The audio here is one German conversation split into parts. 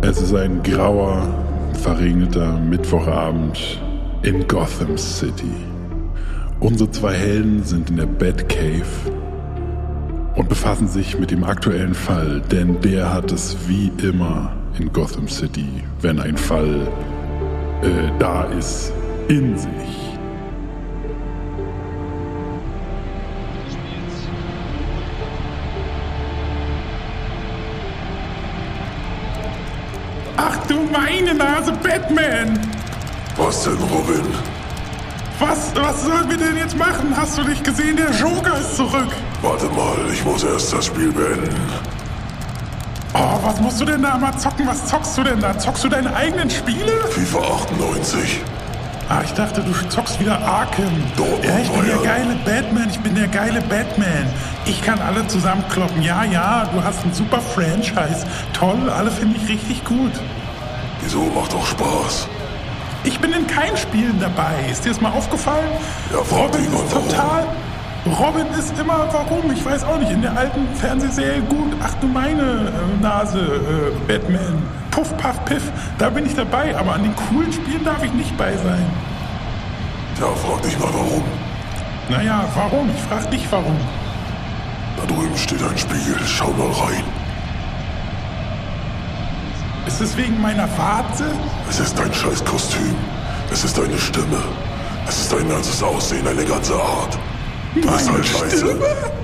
Es ist ein grauer, verregneter Mittwochabend in Gotham City. Unsere zwei Helden sind in der Batcave und befassen sich mit dem aktuellen Fall, denn der hat es wie immer in Gotham City, wenn ein Fall da ist, in sich. Ach du meine Nase, Batman! Was denn, Robin? Was sollen wir denn jetzt machen? Hast du nicht gesehen, der Joker ist zurück. Warte mal, ich muss erst das Spiel beenden. Oh, was musst du denn da mal zocken? Was zockst du denn da? Zockst du deine eigenen Spiele? FIFA 98. Ah, ich dachte, du zockst wieder Arkham. Dortmund, Ja, ich bin der Bayern. geile Batman, Ich kann alle zusammenkloppen. Ja, du hast ein super Franchise. Toll, alle finde ich richtig gut. Wieso? Macht doch Spaß. Ich bin in keinen Spielen dabei. Ist dir das mal aufgefallen? Ja, frag dich mal, Robin ist immer, warum? Ich weiß auch nicht. In der alten Fernsehserie gut. Ach du meine Nase, Batman. Puff, Puff, Piff. Da bin ich dabei. Aber an den coolen Spielen darf ich nicht bei sein. Ja, frag dich mal, warum. Naja, warum? Ich frag dich, warum. Da drüben steht ein Spiegel. Schau mal rein. Ist es wegen meiner Warze? Es ist dein scheiß Kostüm. Es ist deine Stimme. Es ist dein ganzes Aussehen, deine ganze Art. Du bist halt scheiße. Stimme?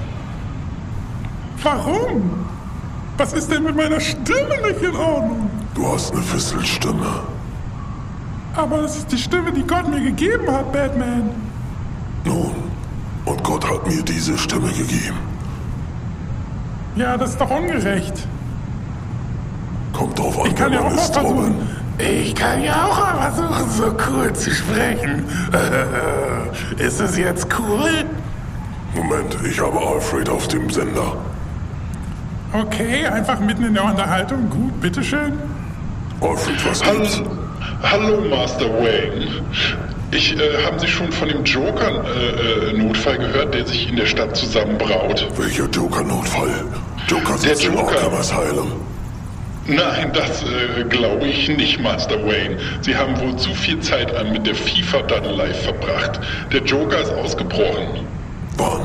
Warum? Was ist denn mit meiner Stimme nicht in Ordnung? Du hast eine Fistelstimme. Aber das ist die Stimme, die Gott mir gegeben hat, Batman. Nun, und Gott hat mir diese Stimme gegeben. Ja, das ist doch ungerecht. Kommt drauf an, Ich kann wer ja auch man mal ist, Robin. versuchen. Ich kann ja auch mal versuchen, so cool zu sprechen. Ist es jetzt cool? Moment, ich habe Alfred auf dem Sender. Okay, einfach mitten in der Unterhaltung. Gut, bitteschön. Alfred, was gibt's? Hallo, Master Wayne. Haben Sie schon von dem Joker-Notfall gehört, der sich in der Stadt zusammenbraut? Welcher Joker-Notfall? Joker sitzt im Joker. Arkham Asylum. Nein, das glaube ich nicht, Master Wayne. Sie haben wohl zu viel Zeit mit der FIFA-Daddlei verbracht. Der Joker ist ausgebrochen. Wann?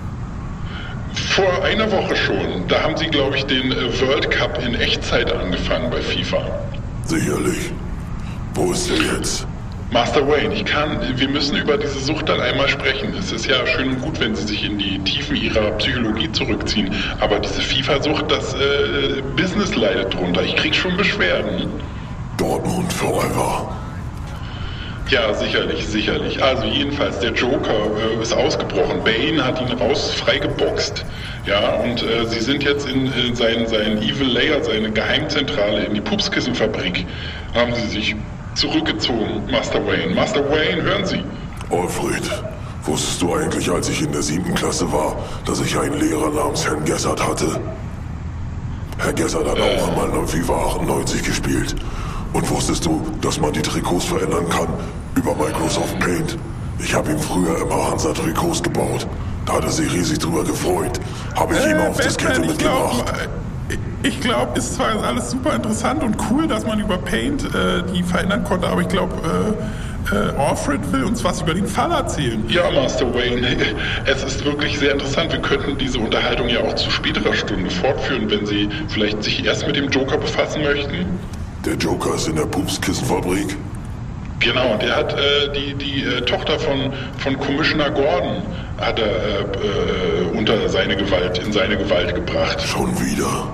Vor einer Woche schon. Da haben Sie, glaube ich, den World Cup in Echtzeit angefangen bei FIFA. Sicherlich. Wo ist er jetzt? Master Wayne, wir müssen über diese Sucht dann einmal sprechen. Es ist ja schön und gut, wenn Sie sich in die Tiefen Ihrer Psychologie zurückziehen. Aber diese FIFA-Sucht, das Business leidet drunter. Ich krieg schon Beschwerden. Dortmund forever. Ja, sicherlich. Also jedenfalls, der Joker ist ausgebrochen. Bane hat ihn freigeboxt. Ja, und Sie sind jetzt in sein Evil Layer, seine Geheimzentrale, in die Pupskissenfabrik, haben Sie sich zurückgezogen, Master Wayne. Master Wayne, hören Sie. Alfred, wusstest du eigentlich, als ich in der 7. Klasse war, dass ich einen Lehrer namens Herrn Gessert hatte? Herr Gessert hat auch einmal in FIFA 98 gespielt. Und wusstest du, dass man die Trikots verändern kann über Microsoft Paint? Ich habe ihm früher immer Hansa-Trikots gebaut. Da hat er sich riesig drüber gefreut. Habe ich ihm auf Diskette mitgebracht. Ich glaube, ist zwar alles super interessant und cool, dass man über Paint die verändern konnte, aber ich glaube, Alfred will uns was über den Fall erzählen. Ja, Master Wayne, es ist wirklich sehr interessant. Wir könnten diese Unterhaltung ja auch zu späterer Stunde fortführen, wenn Sie vielleicht sich erst mit dem Joker befassen möchten. Der Joker ist in der Pupskissenfabrik. Genau, der hat die Tochter von Commissioner Gordon hat er in seine Gewalt gebracht. Schon wieder.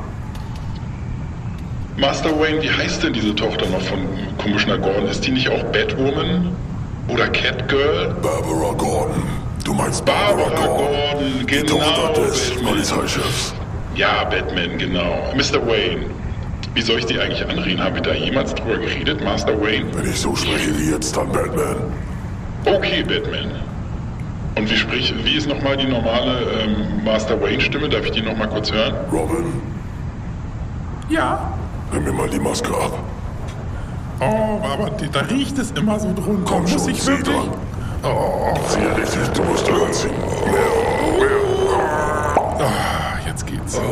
Master Wayne, wie heißt denn diese Tochter noch von Commissioner Gordon? Ist die nicht auch Batwoman? Oder Catgirl? Barbara Gordon. Du meinst Barbara Gordon, die genau. Tochter des Batman. Polizeichefs. Ja, Batman, genau. Mr. Wayne, wie soll ich die eigentlich anreden? Haben wir da jemals drüber geredet, Master Wayne? Wenn ich so spreche wie jetzt, dann Batman. Okay, Batman. Und wie ist nochmal die normale Master Wayne-Stimme? Darf ich die nochmal kurz hören? Robin, Ja. nimm mir mal die Maske ab. Oh, aber da riecht es immer so drunter. Komm Muss schon, ich zieh wirklich? dran. Zieh richtig, du musst anziehen. Jetzt geht's. Jetzt ist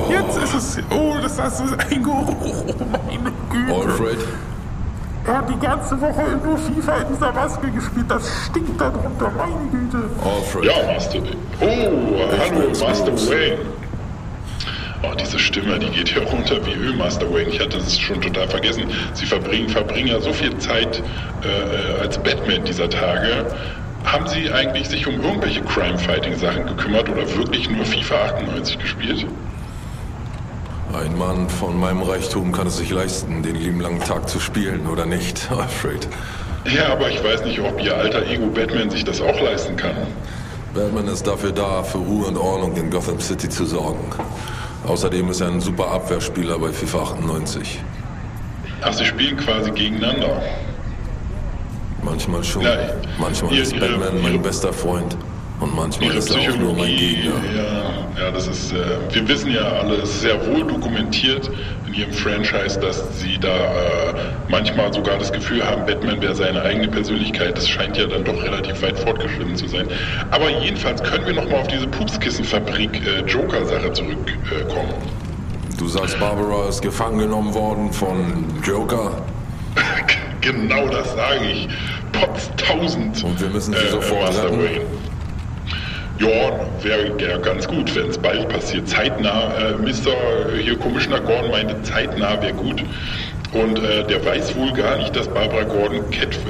das ist ein Geruch. Oh meine Güte. Alfred? Er hat die ganze Woche nur FIFA in dieser Maske gespielt. Das stinkt da drunter, meine Güte. Alfred. Ja, Master. Oh, hallo, bin's, Master Bruce. Wayne. Oh, diese Stimme, die geht hier runter wie Öl, Master Wayne. Ich hatte es schon total vergessen. Sie verbringen ja so viel Zeit als Batman dieser Tage. Haben Sie eigentlich sich um irgendwelche Crime-Fighting-Sachen gekümmert oder wirklich nur FIFA 98 gespielt? Ein Mann von meinem Reichtum kann es sich leisten, den lieben langen Tag zu spielen, oder nicht, Alfred? Ja, aber ich weiß nicht, ob Ihr alter Ego Batman sich das auch leisten kann. Batman ist dafür da, für Ruhe und Ordnung in Gotham City zu sorgen. Außerdem ist er ein super Abwehrspieler bei FIFA 98. Ach, Sie spielen quasi gegeneinander. Manchmal schon. Ja, Manchmal ist Batman mein bester Freund. Und manchmal Ihre ist er auch nur mein Psychologie, Gegner. ja, das ist, wir wissen ja alle, es ist sehr wohl dokumentiert in Ihrem Franchise, dass Sie da manchmal sogar das Gefühl haben, Batman wäre seine eigene Persönlichkeit. Das scheint ja dann doch relativ weit fortgeschritten zu sein. Aber jedenfalls können wir nochmal auf diese Pupskissenfabrik Joker-Sache zurückkommen. Du sagst, Barbara ist gefangen genommen worden von Joker? Genau das sage ich. Potz 1000. Und wir müssen sie sofort Master retten? Wayne. Ja, wäre ja ganz gut, wenn es bald passiert. Zeitnah, hier Commissioner Gordon meinte, zeitnah wäre gut. Und der weiß wohl gar nicht, dass Barbara Gordon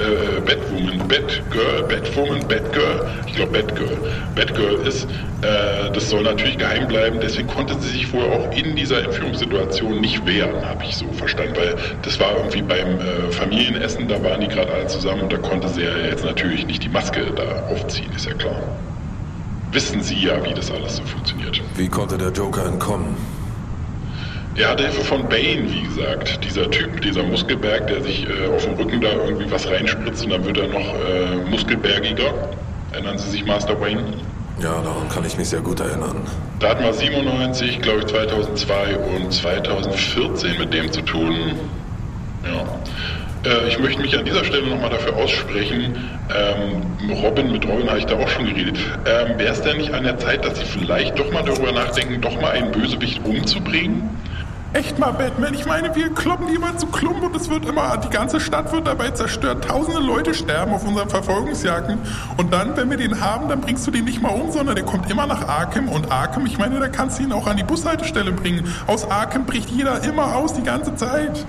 Batgirl ist. Das soll natürlich geheim bleiben, deswegen konnte sie sich wohl auch in dieser Entführungssituation nicht wehren, habe ich so verstanden, weil das war irgendwie beim Familienessen, da waren die gerade alle zusammen und da konnte sie ja jetzt natürlich nicht die Maske da aufziehen, ist ja klar. Wissen Sie ja, wie das alles so funktioniert. Wie konnte der Joker entkommen? Er hatte Hilfe von Bane, wie gesagt. Dieser Typ, dieser Muskelberg, der sich auf dem Rücken da irgendwie was reinspritzt und dann wird er noch muskelbergiger. Erinnern Sie sich, Master Wayne? Ja, daran kann ich mich sehr gut erinnern. Da hatten wir 97, glaube ich 2002 und 2014 mit dem zu tun. Ja. Ich möchte mich an dieser Stelle nochmal dafür aussprechen, mit Robin habe ich da auch schon geredet, wäre es denn nicht an der Zeit, dass Sie vielleicht doch mal darüber nachdenken, doch mal einen Bösewicht umzubringen? Echt mal, Batman, ich meine, wir kloppen die immer zu Klump und es wird immer, die ganze Stadt wird dabei zerstört, tausende Leute sterben auf unseren Verfolgungsjagden und dann, wenn wir den haben, dann bringst du den nicht mal um, sondern der kommt immer nach Arkham und Arkham, ich meine, da kannst du ihn auch an die Bushaltestelle bringen. Aus Arkham bricht jeder immer aus, die ganze Zeit.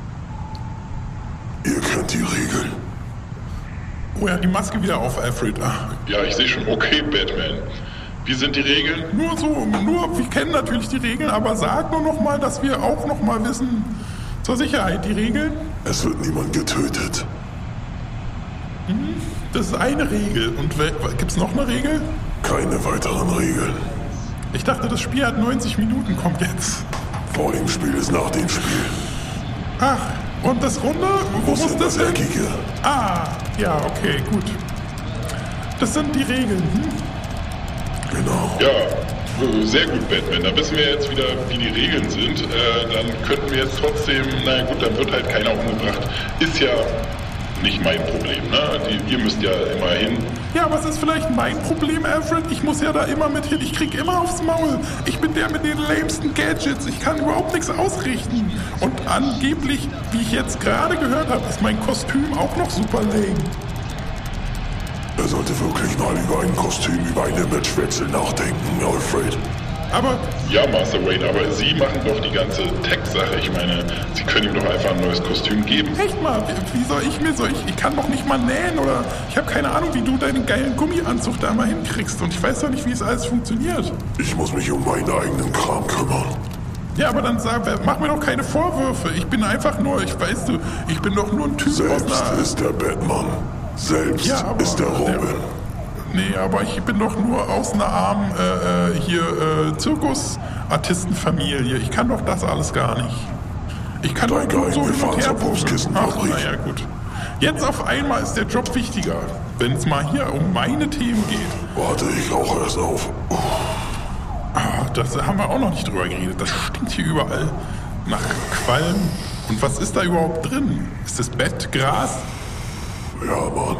Ihr kennt die Regeln. Oh ja, die Maske wieder auf, Alfred. Ach. Ja, ich sehe schon, okay, Batman. Wie sind die Regeln? Wir kennen natürlich die Regeln, aber sag nur noch mal, dass wir auch noch mal wissen, zur Sicherheit, die Regeln. Es wird niemand getötet. Das ist eine Regel. Und gibt's noch eine Regel? Keine weiteren Regeln. Ich dachte, das Spiel hat 90 Minuten, kommt jetzt. Vor dem Spiel ist nach dem Spiel. Ach, und das Runde? Wo muss sind das hin? Eckige? Ah, ja, okay, gut. Das sind die Regeln. Genau. Ja, sehr gut, Batman. Da wissen wir jetzt wieder, wie die Regeln sind. Dann könnten wir jetzt trotzdem, naja gut, dann wird halt keiner umgebracht. Ist ja nicht mein Problem, ne? Ihr müsst ja immer hin. Ja, aber es ist vielleicht mein Problem, Alfred. Ich muss ja da immer mit hin. Ich krieg immer aufs Maul. Ich bin der mit den lamesten Gadgets. Ich kann überhaupt nichts ausrichten. Und angeblich, wie ich jetzt gerade gehört habe, ist mein Kostüm auch noch super lame. Er sollte wirklich mal über ein Kostüm, über einen Imagewechsel nachdenken, Alfred. Aber Ja, Master Wayne, aber Sie machen doch die ganze Tech-Sache. Ich meine, Sie können ihm doch einfach ein neues Kostüm geben. echt mal, wie soll ich kann doch nicht mal nähen oder ich habe keine Ahnung, wie du deinen geilen Gummianzug da mal hinkriegst und ich weiß doch nicht, wie es alles funktioniert. Ich muss mich um meinen eigenen Kram kümmern. Ja, aber dann mach mir doch keine Vorwürfe. Ich bin einfach nur, ich bin doch nur ein Typ aus Selbst einer... ist der Batman. Selbst Ja, aber ist der Robin. Nee, aber ich bin doch nur aus einer armen Zirkusartistenfamilie. Ich kann doch das alles gar nicht. Ich kann doch nur so wir hin fahren und her zur puzzeln. Ach, Pupskissenfabrik. naja, gut. Jetzt auf einmal ist der Job wichtiger, wenn es mal hier um meine Themen geht. Warte, ich rauche erst auf. Ah, das haben wir auch noch nicht drüber geredet. Das stinkt hier überall nach Qualm. Und was ist da überhaupt drin? Ist das Bettgras? Ja, Mann.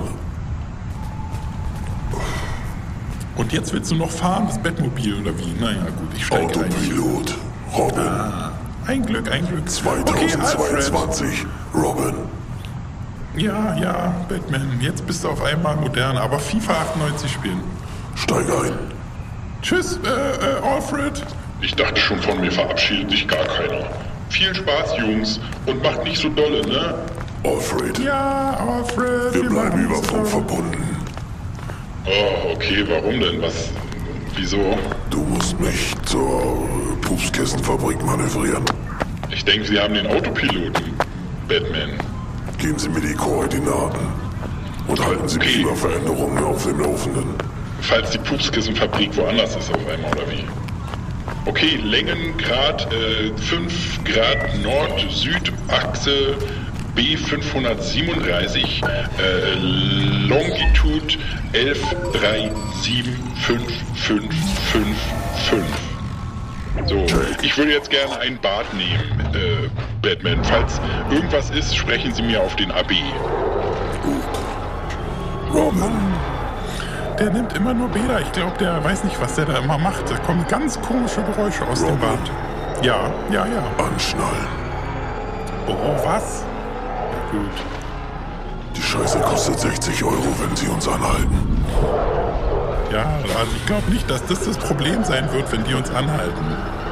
Und jetzt willst du noch fahren, das Bettmobil oder wie? Naja, gut, ich steige ein. Autopilot. Robin, Ein Glück. 2022, Robin. Ja, Batman, jetzt bist du auf einmal modern, aber FIFA 98 spielen. Steig ein. Tschüss, Alfred. Ich dachte schon, von mir verabschiedet sich gar keiner. Viel Spaß, Jungs, und macht nicht so dolle, ne? Alfred, Ja, Alfred. wir bleiben machen über es Funk so. verbunden. Oh, okay, warum denn? Wieso? Du musst mich zur Pupskissenfabrik manövrieren. Ich denke, Sie haben den Autopiloten, Batman. Geben Sie mir die Koordinaten und halten Sie mich Okay. über Veränderungen auf dem Laufenden. Falls die Pupskissenfabrik woanders ist auf einmal, oder wie? Okay, Längengrad 5 Grad Nord-Süd-Achse B537, Longitude 11375555. So, ich würde jetzt gerne ein Bad nehmen, Batman. Falls irgendwas ist, sprechen Sie mir auf den AB. Robin, Der nimmt immer nur Bäder. Ich glaube, der weiß nicht, was der da immer macht. Da kommen ganz komische Geräusche aus dem Robin. Bad. Ja. anschnallen. Oh, was? Ja, gut. Die Scheiße kostet 60 €, wenn Sie uns anhalten. Ja, also ich glaube nicht, dass das das Problem sein wird, wenn die uns anhalten.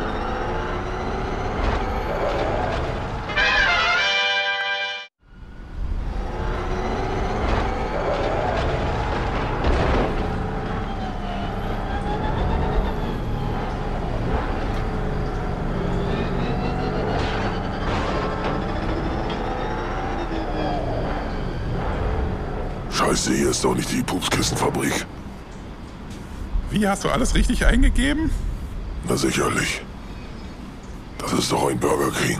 Scheiße, hier ist doch nicht die Pupskissenfabrik. Wie, hast du alles richtig eingegeben? Na sicherlich. Das ist doch ein Burger King.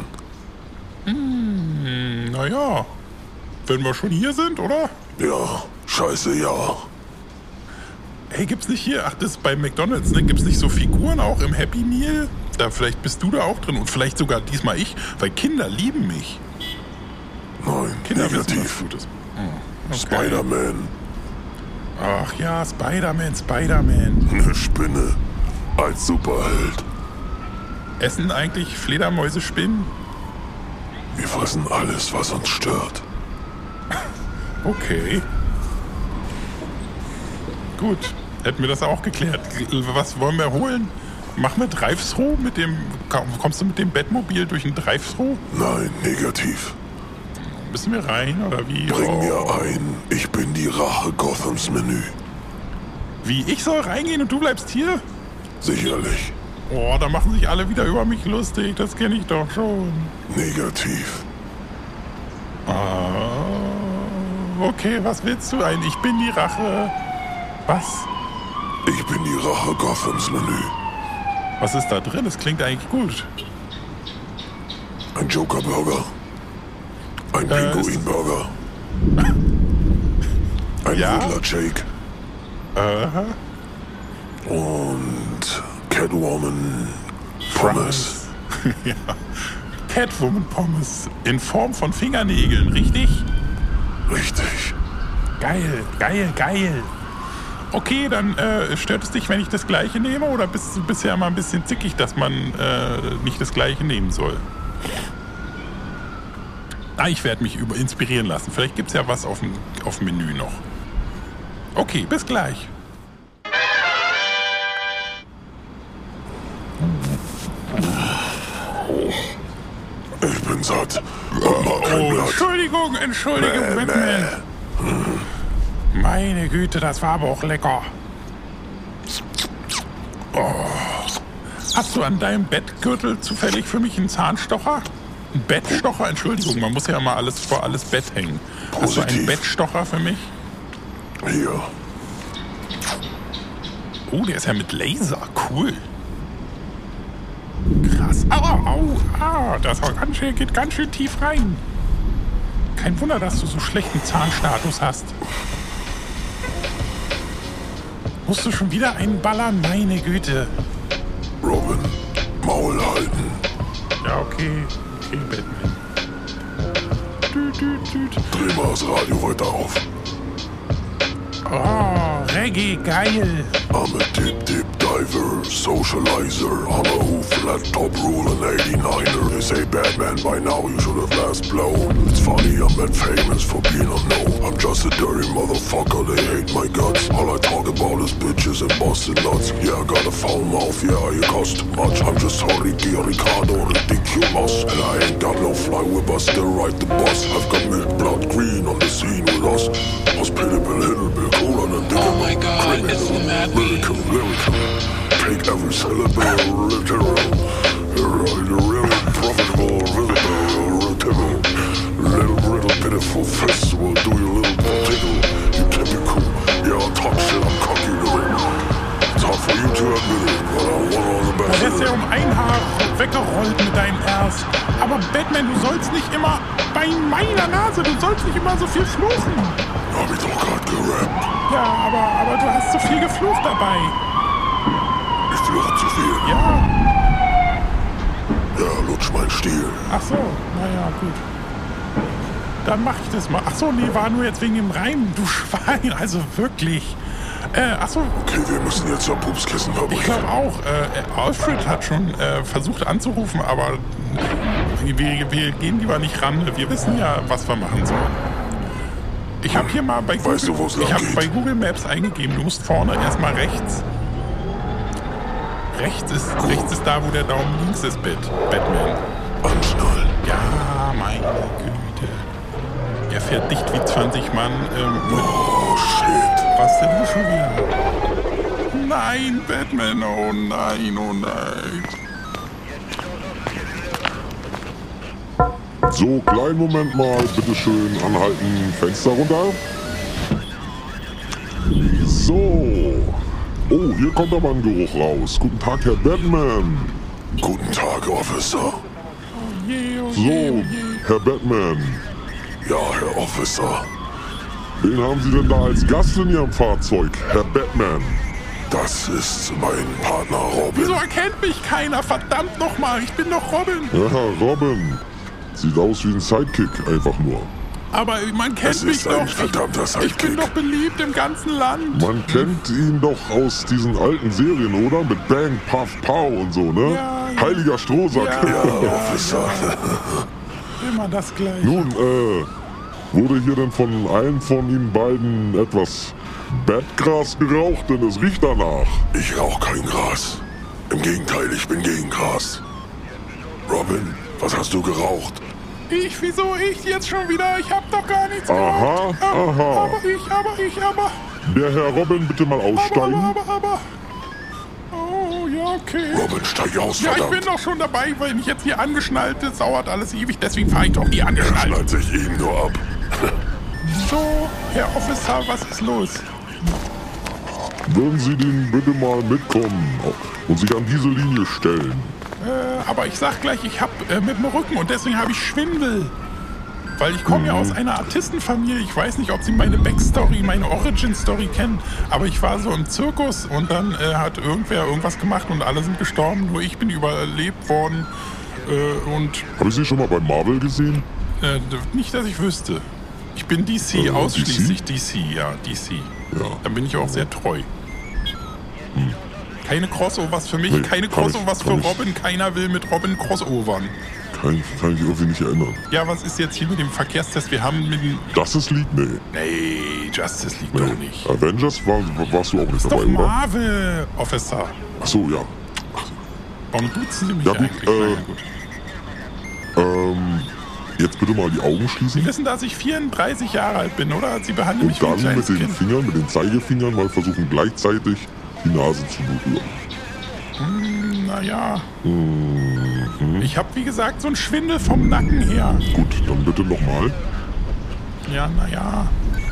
Naja, wenn wir schon hier sind, oder? Ja, scheiße, ja. Hey, gibt's nicht hier, ach, das ist bei McDonald's, ne? Gibt's nicht so Figuren auch im Happy Meal? Da vielleicht bist du da auch drin und vielleicht sogar diesmal ich, weil Kinder lieben mich. Nein, Kinder wissen, was negativ. gut ist. Spider-Man, Ach ja, Spider-Man. eine Spinne. Als Superheld. Essen eigentlich Fledermäuse Spinnen? Wir fressen alles, was uns stört. Okay. Gut, hätten wir das auch geklärt. Was wollen wir holen? Machen wir Drive-Thru mit dem... Kommst du mit dem Bettmobil durch ein Drive-Thru? Nein, negativ. Müssen wir rein, oder wie? Bring mir ein, ich bin die Rache Gothams Menü. Wie, ich soll reingehen und du bleibst hier? Sicherlich. Oh, da machen sich alle wieder über mich lustig. Das kenne ich doch schon. Negativ. Okay, was willst du? Ein Ich bin die Rache. Was? Ich bin die Rache Gothams Menü. Was ist da drin? Das klingt eigentlich gut. Ein Joker-Burger. Ein Pinguin-Burger. Ein Ja? Riddler-Shake. Und Catwoman Pommes. Ja. Catwoman Pommes. In Form von Fingernägeln, richtig? Richtig. Geil. Okay, dann stört es dich, wenn ich das Gleiche nehme? Oder bist du bisher mal ein bisschen zickig, dass man nicht das Gleiche nehmen soll? Ich werde mich inspirieren lassen. Vielleicht gibt es ja was auf dem Menü noch. Okay, bis gleich. Ich bin satt. Und mag kein Blatt. Entschuldigung, Batman. Meine Güte, das war aber auch lecker. Hast du an deinem Bettgürtel zufällig für mich einen Zahnstocher? Ein Bettstocher? Entschuldigung, man muss ja mal alles vor alles Bett hängen. Hast du einen Positiv. Bettstocher für mich? Hier. Oh, der ist ja mit Laser. Cool. Krass. Das geht ganz schön tief rein. Kein Wunder, dass du so schlechten Zahnstatus hast. Musst du schon wieder einen ballern? Meine Güte. Robin, Maul halten. Ja, okay. Okay, Batman. Düt. Dreh mal das Radio weiter auf. Reggae, geil. I'm a deep diver, socializer. I'm a who flat top ruling 89er. They say Batman by now, you should have last blown. It's funny, I'm that famous for being unknown. I'm just a dirty motherfucker, they hate my guts. All I talk about is bitches and busted nuts. Yeah, I got a foul mouth, yeah, you cost too much. I'm just Ricky Ricardo, ridiculous. And I ain't got no fly whip, I still ride the bus. I've got milk blood green on the scene with us. Hospitable, little bit cooler than diggable. Oh my god, it's the madman. Lyrical. Take every syllable literal. Really profitable, visible, little pitiful festival. Do your little tickle. You typical. Yeah, I'll talk shit, I'm cocky to it. It's hard for you to admit it, but I'm one of the Du best. wirst ja um ein Haar weggerollt mit deinem Erst. Aber Batman, du sollst nicht immer bei meiner Nase, du sollst nicht immer so viel fluchen. Hab ich doch grad gerappt. Ja, aber du hast so viel geflucht dabei. Ich fluch zu viel. Ja, Ja, lutsch mein Stiel. ach so, naja, gut. Dann mach ich das mal. Ach so, nee, war nur jetzt wegen dem Reim, du Schwein, also wirklich. Ach so, Okay, wir müssen jetzt zur Pupskissenfabrik. ich glaube auch, Alfred hat schon versucht anzurufen, aber wir gehen lieber nicht ran. Wir wissen ja, was wir machen sollen. Ich habe hier mal bei Google, Weißt du, wo's lang ich hab geht? bei Google Maps eingegeben, du musst vorne erstmal rechts. Rechts ist da, wo der Daumen links ist, Batman. Anschnallen. Ja, meine Güte. Er fährt dicht wie 20 Mann. Oh, shit. Was denn du schon wieder? Nein, Batman, oh nein, oh nein. So, kleinen Moment mal, bitteschön anhalten, Fenster runter. So. Oh, hier kommt aber ein Geruch raus. Guten Tag, Herr Batman. Guten Tag, Officer. Oh je, oh So, je, oh je. Herr Batman. Ja, Herr Officer. Wen haben Sie denn da als Gast in Ihrem Fahrzeug, Herr Batman? Das ist mein Partner Robin. Wieso erkennt mich keiner? Verdammt nochmal, ich bin doch Robin. Ja, Robin. Sieht aus wie ein Sidekick, einfach nur. Aber man kennt Es mich ist ein doch. verdammter Ich bin Sidekick. doch beliebt im ganzen Land. Man kennt ihn doch aus diesen alten Serien, oder? Mit Bang, Puff, Pow und so, ne? Ja, ja. Heiliger Strohsack. Ja, Officer. Immer das Gleiche. Nun, wurde hier denn von einem von Ihnen beiden etwas Badgras geraucht? Denn es riecht danach. Ich rauch kein Gras. Im Gegenteil, ich bin gegen Gras. Robin, was hast du geraucht? Wieso ich jetzt schon wieder? Ich hab doch gar nichts Aha, gemacht. aha. Aber. Der Herr Robin, bitte mal aussteigen. Aber. Oh, ja, okay. Robin, steig aus, Ja, ich verdammt. bin doch schon dabei, weil ich jetzt hier angeschnallt ist, dauert alles ewig, deswegen fahre ich doch nie Er angeschnallt. schnallt sich eben nur ab. So, Herr Officer, was ist los? Würden Sie den bitte mal mitkommen und sich an diese Linie stellen? Aber ich sag gleich, ich hab mit dem Rücken und deswegen habe ich Schwindel. Weil ich komme ja aus einer Artistenfamilie. Ich weiß nicht, ob Sie meine Backstory, meine Origin-Story kennen. Aber ich war so im Zirkus und dann hat irgendwer irgendwas gemacht und alle sind gestorben. Nur ich bin überlebt worden. Und Habe ich Sie schon mal bei Marvel gesehen? nicht, dass ich wüsste. Ich bin DC, ausschließlich DC, ja, DC. Ja. Dann bin ich auch sehr treu. Keine Crossovers für mich, Nee, keine kann Crossovers ich- für kann ich- Robin. Keiner will mit Robin crossovern. Kann ich irgendwie nicht erinnern. Ja, was ist jetzt hier mit dem Verkehrstest? Wir haben mit dem... Justice League? Nee. Nee, Justice League nee. doch nicht. Avengers warst du auch nicht Ist dabei, doch oder? Marvel, Officer. Achso, ja. Warum duzen Sie mich Ja, gut, eigentlich? Naja, gut. Jetzt bitte mal die Augen schließen. Sie wissen, dass ich 34 Jahre alt bin, oder? Sie behandeln mich Und wie ein dann kleines mit den Kind. Fingern, mit den Zeigefingern mal versuchen gleichzeitig die Nase zu berühren. Naja. Ich habe, wie gesagt, so einen Schwindel vom Nacken her. Gut, dann bitte nochmal. Ja, naja.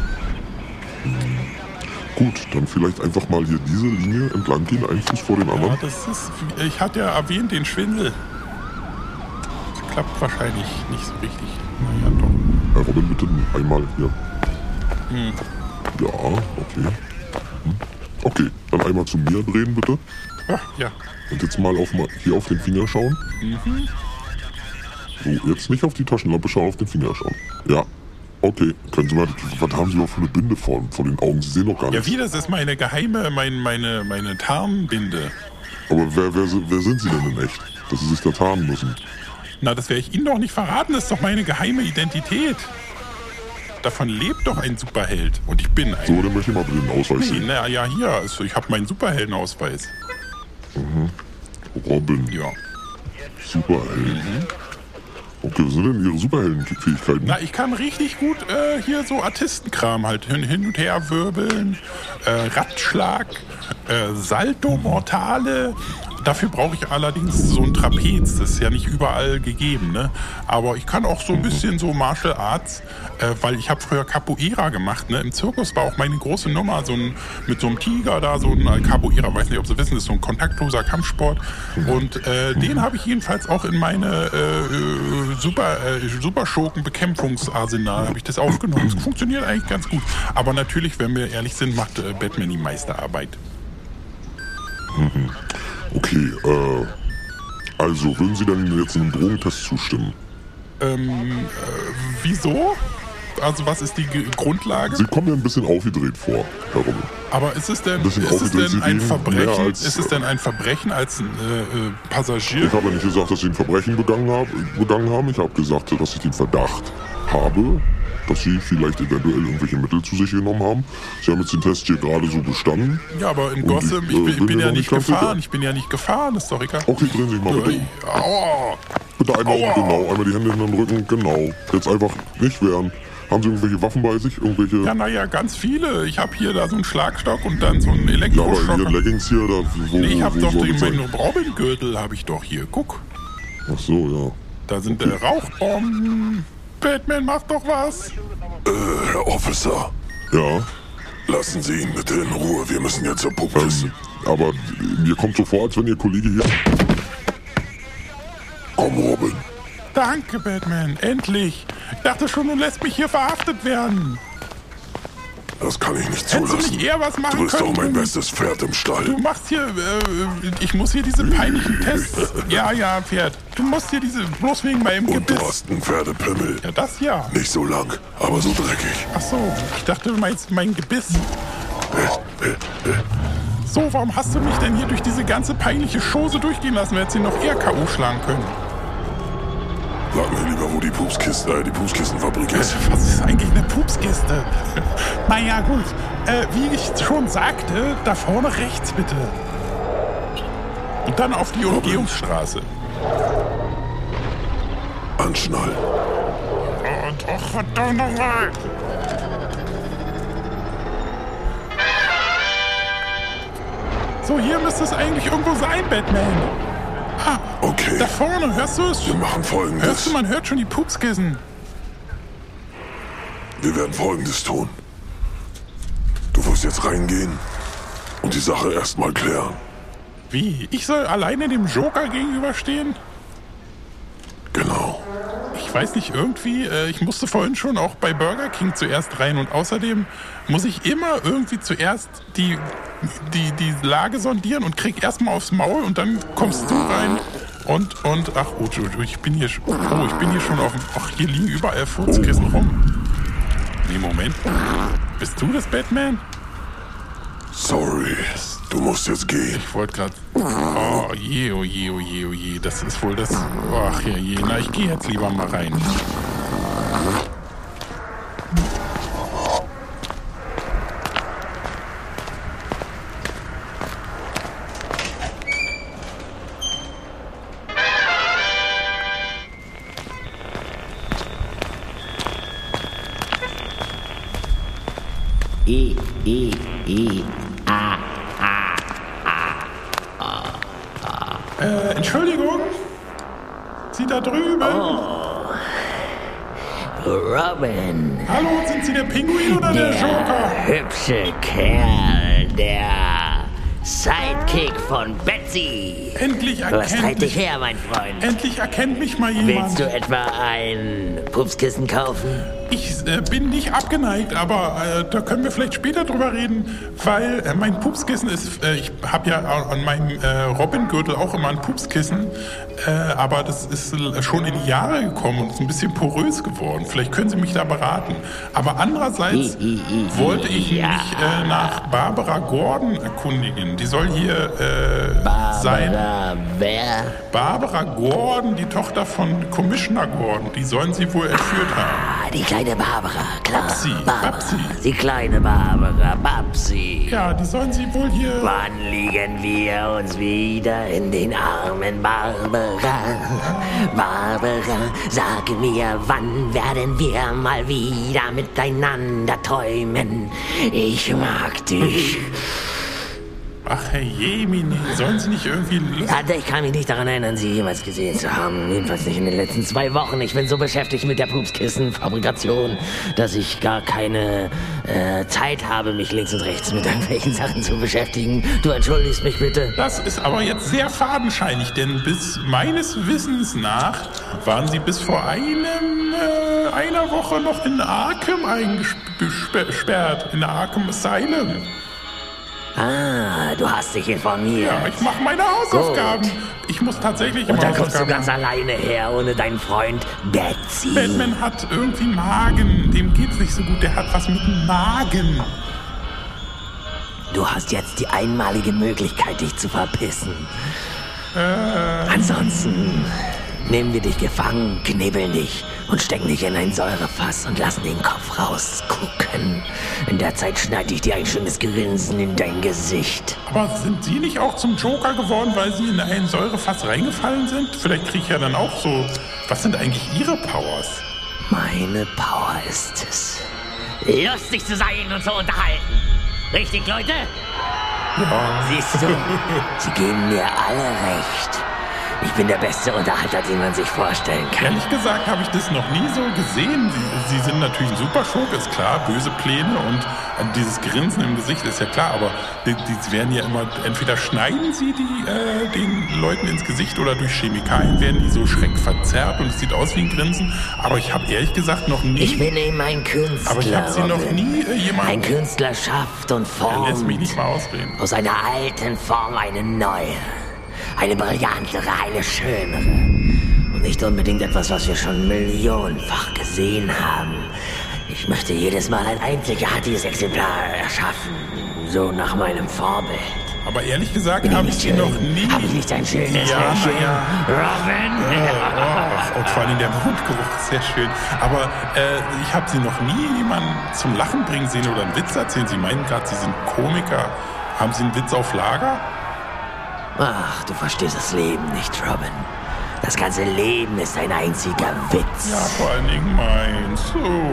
Gut, dann vielleicht einfach mal hier diese Linie entlang gehen, einen Fuß vor den Ja, anderen. das ist... Ich hatte ja erwähnt, den Schwindel. Das klappt wahrscheinlich nicht so richtig. Naja, doch. Herr Robin, bitte einmal hier. Ja, okay. Okay, dann einmal zu mir drehen, bitte. Ah, ja. Und jetzt mal hier auf den Finger schauen. So, jetzt nicht auf die Taschenlampe schauen, auf den Finger schauen. Ja, Okay, können Sie mal, was haben Sie noch für eine Binde vor den Augen? Sie sehen doch gar Ja, nichts. wie, das ist meine geheime, meine Tarnbinde. Aber wer sind Sie denn in echt, dass Sie sich da tarnen müssen? Na, das werde ich Ihnen doch nicht verraten, das ist doch meine geheime Identität. Davon lebt doch ein Superheld. Und ich bin ein... So, dann möchte ich mal bitte den Ausweis Nee, sehen. na ja, hier, also ich habe meinen Superheldenausweis. Robin, Ja. Superhelden. Okay, was sind denn Ihre Superheldenfähigkeiten? Na, ich kann richtig gut hier so Artistenkram halt hin und her wirbeln, Ratschlag, Salto Mortale. Dafür brauche ich allerdings so ein Trapez, das ist ja nicht überall gegeben, ne? Aber ich kann auch so ein bisschen so Martial Arts, weil ich habe früher Capoeira gemacht, ne? Im Zirkus war auch meine große Nummer, mit so einem Tiger da, so ein Capoeira, weiß nicht, ob Sie wissen, das ist so ein kontaktloser Kampfsport. Und den habe ich jedenfalls auch in meine Superschurken-Bekämpfungsarsenal habe ich das aufgenommen. Das funktioniert eigentlich ganz gut. Aber natürlich, wenn wir ehrlich sind, macht Batman die meiste Arbeit. Okay, also, würden Sie dann jetzt einem Drogentest zustimmen? Wieso? Also was ist die Grundlage? Sie kommen mir ein bisschen aufgedreht vor, Herr Robin. Aber ist es denn bisschen ein reden Verbrechen? mehr als- Ist es denn ein Verbrechen als Passagier? Ich habe nicht gesagt, dass Sie ein Verbrechen begangen haben. Ich habe gesagt, dass ich den Verdacht habe, dass Sie vielleicht eventuell irgendwelche Mittel zu sich genommen haben. Sie haben jetzt den Test hier gerade so bestanden. Ja, aber in Und Gotham, ich, ich bin bin mir ja noch nicht nicht ganz gefahren. sicher. Ich bin ja nicht gefahren, ist doch egal. Okay, drehen Sie sich mal bitte. Aua. Bitte einmal Aua. genau, einmal die Hände in den Rücken, genau. Jetzt einfach nicht wehren. Haben Sie irgendwelche Waffen bei sich? Irgendwelche... Ja, naja, ganz viele. Ich habe hier da so einen Schlagstock und dann so einen Ja, aber Elektroschocker. Ihre Leggings hier, da, wo, Nee, ich habe doch soll das sein? meinen Robin-Gürtel habe ich doch hier. Guck, Ach so, ja. da sind Rauchbomben. Batman, mach doch was. Herr Officer, Ja, lassen Sie ihn bitte in Ruhe. Wir müssen jetzt zur Puppenkiste. aber mir kommt so vor, als wenn Ihr Kollege hier... Komm, Robin. Danke, Batman. Endlich. Ich dachte schon, du lässt mich hier verhaftet werden. Das kann ich nicht Hättest du zulassen. nicht eher was Du machen bist doch mein können? bestes Pferd im Stall. Du machst hier, ich muss hier diese peinlichen Tests. Ja, Pferd. Du musst hier diese, bloß wegen meinem Und du Gebiss. hast einen Pferdepimmel. Ja, das ja. Nicht so lang, aber so dreckig. Ach so, ich dachte, du meinst mein Gebiss. So, warum hast du mich denn hier durch diese ganze peinliche Chose durchgehen lassen? Wir hätten sie noch eher K.O. schlagen können. Sag mir lieber, wo die Pupskistenfabrik ist. Was ist eigentlich eine Pupskiste? Naja, gut. Wie ich schon sagte, da vorne rechts bitte. Und dann auf die Umgehungsstraße. Anschnallen. Und ach, verdammt nochmal. So, hier müsste es eigentlich irgendwo sein, Batman. Ah, Okay, da vorne, hörst du es? wir machen Hörst du, Folgendes. man hört schon die Pupskissen. Wir werden Folgendes tun. Du wirst jetzt reingehen und die Sache erstmal klären. Wie? Ich soll alleine dem Joker gegenüberstehen? Genau. Ich weiß nicht, irgendwie, ich musste vorhin schon auch bei Burger King zuerst rein und außerdem muss ich immer irgendwie zuerst die Lage sondieren und krieg erstmal aufs Maul und dann kommst du rein und ach, ich bin hier schon auf dem, ach, hier liegen überall Furzkissen rum. Nee, Moment. Bist du das Batman? Sorry, du musst jetzt gehen. Ich wollte gerade, oh je, das ist wohl das, ach ja je, na, ich gehe jetzt lieber mal rein. Entschuldigung? Sie da drüben? Robin, Hallo, sind Sie der Pinguin oder der Joker? hübsche Kerl, der Sidekick von Betsy. Endlich Was erkennt treibt dich mich, her, mein Freund? endlich erkennt mich mal Willst jemand. du etwa ein Pupskissen kaufen? Ich bin nicht abgeneigt, aber da können wir vielleicht später drüber reden, weil mein Pupskissen ist, ich habe ja an meinem Robin-Gürtel auch immer ein Pupskissen, aber das ist schon in die Jahre gekommen und ist ein bisschen porös geworden. Vielleicht können Sie mich da beraten. Aber andererseits wollte ich mich nach Barbara Gordon erkundigen. Die soll hier sein. Wer? Barbara Gordon, die Tochter von Commissioner Gordon, die sollen sie wohl entführt haben. Die kleine Barbara, klar. Babsi. Die kleine Barbara, Babsi. Ja, die sollen sie wohl hier... Wann liegen wir uns wieder in den Armen, Barbara? Barbara, sage mir, wann werden wir mal wieder miteinander träumen? Ich mag dich. Ach, Herr Jemine, sollen Sie nicht irgendwie... Ich kann mich nicht daran erinnern, Sie jemals gesehen zu haben. Jedenfalls nicht in den letzten 2 Wochen. Ich bin so beschäftigt mit der Pupskissenfabrikation, dass ich gar keine Zeit habe, mich links und rechts mit irgendwelchen Sachen zu beschäftigen. Du entschuldigst mich bitte. Das ist aber jetzt sehr fadenscheinig, denn bis meines Wissens nach waren Sie bis vor einer Woche noch in Arkham eingesperrt, in Arkham Asylum. Ah, du hast dich informiert. Ja, ich mache meine Hausaufgaben. Gut. Ich muss tatsächlich Und immer dann kommst du Hausaufgaben ganz alleine her, ohne deinen Freund Betsy. Batman hat irgendwie Magen. Dem geht's nicht so gut. Der hat was mit dem Magen. Du hast jetzt die einmalige Möglichkeit, dich zu verpissen. Ansonsten nehmen wir dich gefangen, knebeln dich und stecken dich in ein Säurefass und lassen den Kopf rausgucken. In der Zeit schneide ich dir ein schönes Grinsen in dein Gesicht. Aber sind Sie nicht auch zum Joker geworden, weil Sie in ein Säurefass reingefallen sind? Vielleicht kriege ich ja dann auch so... Was sind eigentlich Ihre Powers? Meine Power ist es, lustig zu sein und zu unterhalten. Richtig, Leute? Ja. Siehst du, sie geben mir alle recht. Ich bin der beste Unterhalter, den man sich vorstellen kann. Ehrlich gesagt habe ich das noch nie so gesehen. Sie sind natürlich ein Superschurke, ist klar, böse Pläne und dieses Grinsen im Gesicht ist ja klar, aber die werden ja immer, entweder schneiden sie den Leuten ins Gesicht oder durch Chemikalien werden die so schreckverzerrt und es sieht aus wie ein Grinsen. Aber ich habe ehrlich gesagt noch nie... Ich bin eben ein Künstler. Aber ich habe sie noch nie jemanden... Ein Künstler schafft und formt. Lässt mich nicht mal ausreden. Aus einer alten Form eine neue. Eine brillantere, eine schönere. Und nicht unbedingt etwas, was wir schon millionenfach gesehen haben. Ich möchte jedes Mal ein einzigartiges Exemplar erschaffen. So nach meinem Vorbild. Aber ehrlich gesagt habe ich sie noch nie... Habe ich nicht ein schönes Lächeln? Robin? Und vor allem der Mundgeruch ist sehr schön. Aber ich habe sie noch nie jemanden zum Lachen bringen sehen oder einen Witz erzählen. Sie meinen gerade, Sie sind Komiker. Haben Sie einen Witz auf Lager? Ach, du verstehst das Leben nicht, Robin. Das ganze Leben ist ein einziger Witz. Ja, vor allen Dingen meins.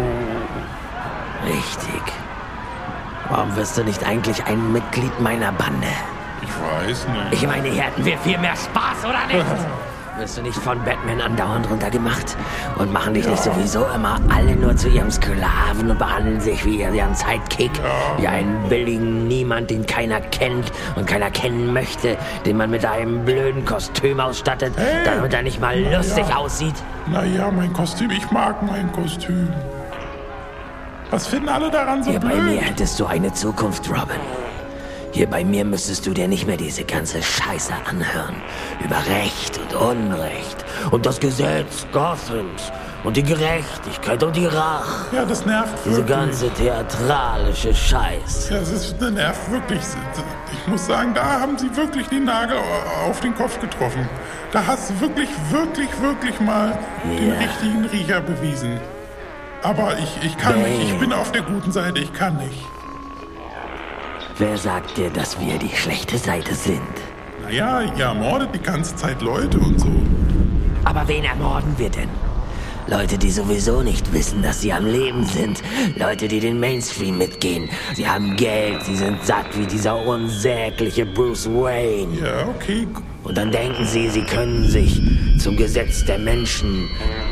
Richtig. Warum wirst du nicht eigentlich ein Mitglied meiner Bande? Ich weiß nicht. Ich meine, hier hätten wir viel mehr Spaß, oder nicht? Wirst du nicht von Batman andauernd runtergemacht? Und machen dich nicht sowieso immer alle nur zu ihrem Sklaven und behandeln sich wie ihren Sidekick? Wie einen billigen Niemand, den keiner kennt und keiner kennen möchte, den man mit einem blöden Kostüm ausstattet, damit er nicht mal lustig aussieht? Naja, mein Kostüm, ich mag mein Kostüm. Was finden alle daran so Hier blöd? bei mir hättest du eine Zukunft, Robin. Hier bei mir müsstest du dir nicht mehr diese ganze Scheiße anhören. Über Recht und Unrecht und das Gesetz Gothams und die Gerechtigkeit und die Rache. Ja, das nervt Diese wirklich. ganze theatralische Scheiß. Ja, das nervt wirklich. Ich muss sagen, da haben sie wirklich den Nagel auf den Kopf getroffen. Da hast du wirklich mal den richtigen Riecher bewiesen. Aber ich kann nicht. Ich bin auf der guten Seite. Ich kann nicht. Wer sagt dir, dass wir die schlechte Seite sind? Naja, ihr ermordet die ganze Zeit Leute und so. Aber wen ermorden wir denn? Leute, die sowieso nicht wissen, dass sie am Leben sind. Leute, die den Mainstream mitgehen. Sie haben Geld, sie sind satt wie dieser unsägliche Bruce Wayne. Ja, okay. Und dann denken sie, sie können sich zum Gesetz der Menschen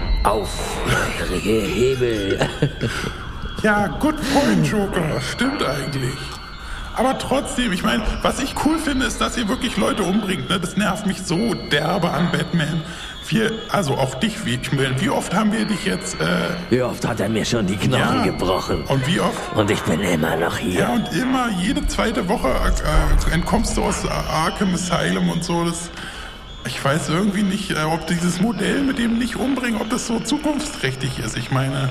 aufhebeln. Ja, good point, Joker. Stimmt eigentlich. Aber trotzdem, ich meine, was ich cool finde, ist, dass ihr wirklich Leute umbringt. Ne? Das nervt mich so derbe an Batman. Also auch dich, wie oft haben wir dich jetzt... Wie oft hat er mir schon die Knochen gebrochen? Und wie oft? Und ich bin immer noch hier. Ja, und immer, jede zweite Woche entkommst du aus Arkham Asylum und so. Ich weiß irgendwie nicht, ob dieses Modell mit dem nicht umbringen, ob das so zukunftsträchtig ist. Ich meine...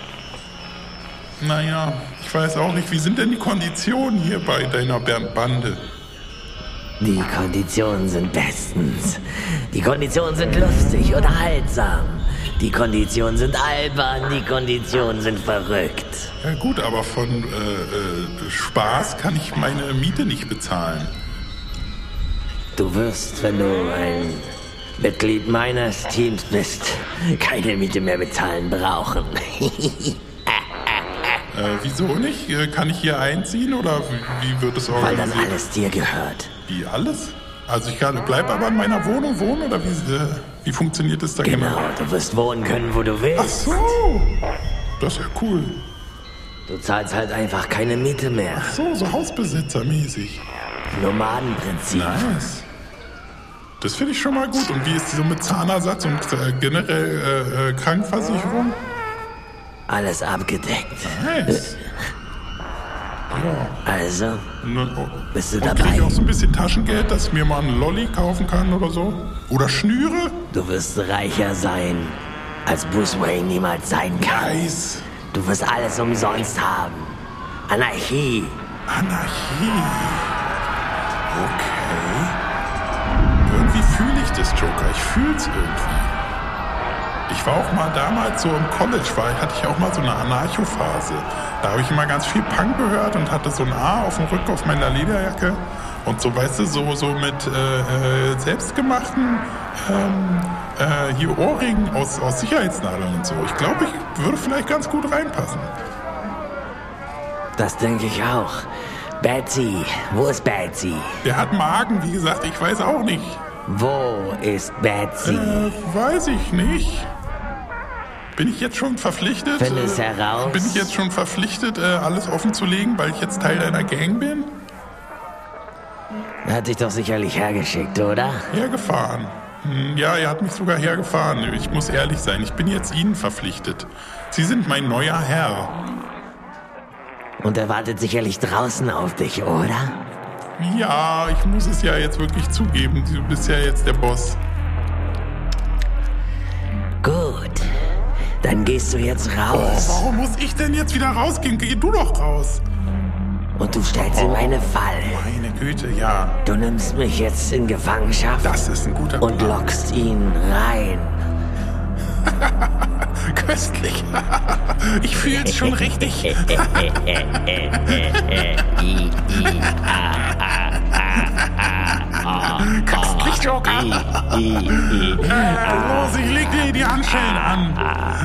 Naja, ich weiß auch nicht, wie sind denn die Konditionen hier bei deiner Bande? Die Konditionen sind bestens. Die Konditionen sind lustig, unterhaltsam. Die Konditionen sind albern, die Konditionen sind verrückt. Ja gut, aber von Spaß kann ich meine Miete nicht bezahlen. Du wirst, wenn du ein Mitglied meines Teams bist, keine Miete mehr bezahlen brauchen. Wieso nicht? Kann ich hier einziehen oder wie wird es organisiert? Weil dann alles dir gehört. Wie, alles? Also ich bleib aber in meiner Wohnung wohnen oder wie funktioniert das da genau? Genau, du wirst wohnen können, wo du willst. Ach so, das ist ja cool. Du zahlst halt einfach keine Miete mehr. Ach so Hausbesitzermäßig. Nomadenprinzip. Nice. Das finde ich schon mal gut. Und wie ist die so mit Zahnersatz und generell Krankenversicherung? Alles abgedeckt. Nice. Ja. Also, bist du und dabei? krieg ich auch so ein bisschen Taschengeld, dass ich mir mal einen Lolli kaufen kann oder so? Oder Schnüre? Du wirst reicher sein, als Bruce Wayne niemals sein kann. Nice. Du wirst alles umsonst haben. Anarchie. Anarchie. Okay. Irgendwie fühle ich das, Joker. Ich fühl's irgendwie. Ich war auch mal damals so im College, hatte ich auch mal so eine Anarcho-Phase. Da habe ich immer ganz viel Punk gehört und hatte so ein A auf dem Rücken auf meiner Lederjacke. Und so, weißt du, so mit selbstgemachten hier Ohrringen aus Sicherheitsnadeln und so. Ich glaube, ich würde vielleicht ganz gut reinpassen. Das denke ich auch. Betsy, wo ist Betsy? Der hat Magen, wie gesagt, ich weiß auch nicht. Wo ist Betsy? Weiß ich nicht. Bin ich jetzt schon verpflichtet? Finde es heraus. Bin ich jetzt schon verpflichtet, alles offen zu legen, weil ich jetzt Teil deiner Gang bin? Er hat dich doch sicherlich hergeschickt, oder? Hergefahren. Ja, er hat mich sogar hergefahren. Ich muss ehrlich sein, ich bin jetzt Ihnen verpflichtet. Sie sind mein neuer Herr. Und er wartet sicherlich draußen auf dich, oder? Ja, ich muss es ja jetzt wirklich zugeben. Du bist ja jetzt der Boss. Gut. Dann gehst du jetzt raus. Oh, warum muss ich denn jetzt wieder rausgehen? Geh du doch raus. Und du stellst ihm eine Falle. Meine Güte, ja. Du nimmst mich jetzt in Gefangenschaft. Das ist ein guter Und Plan. lockst ihn rein. Köstlich. Ich fühl's schon richtig. Köstlich, Joker. Los, ich leg dir die Handschellen an.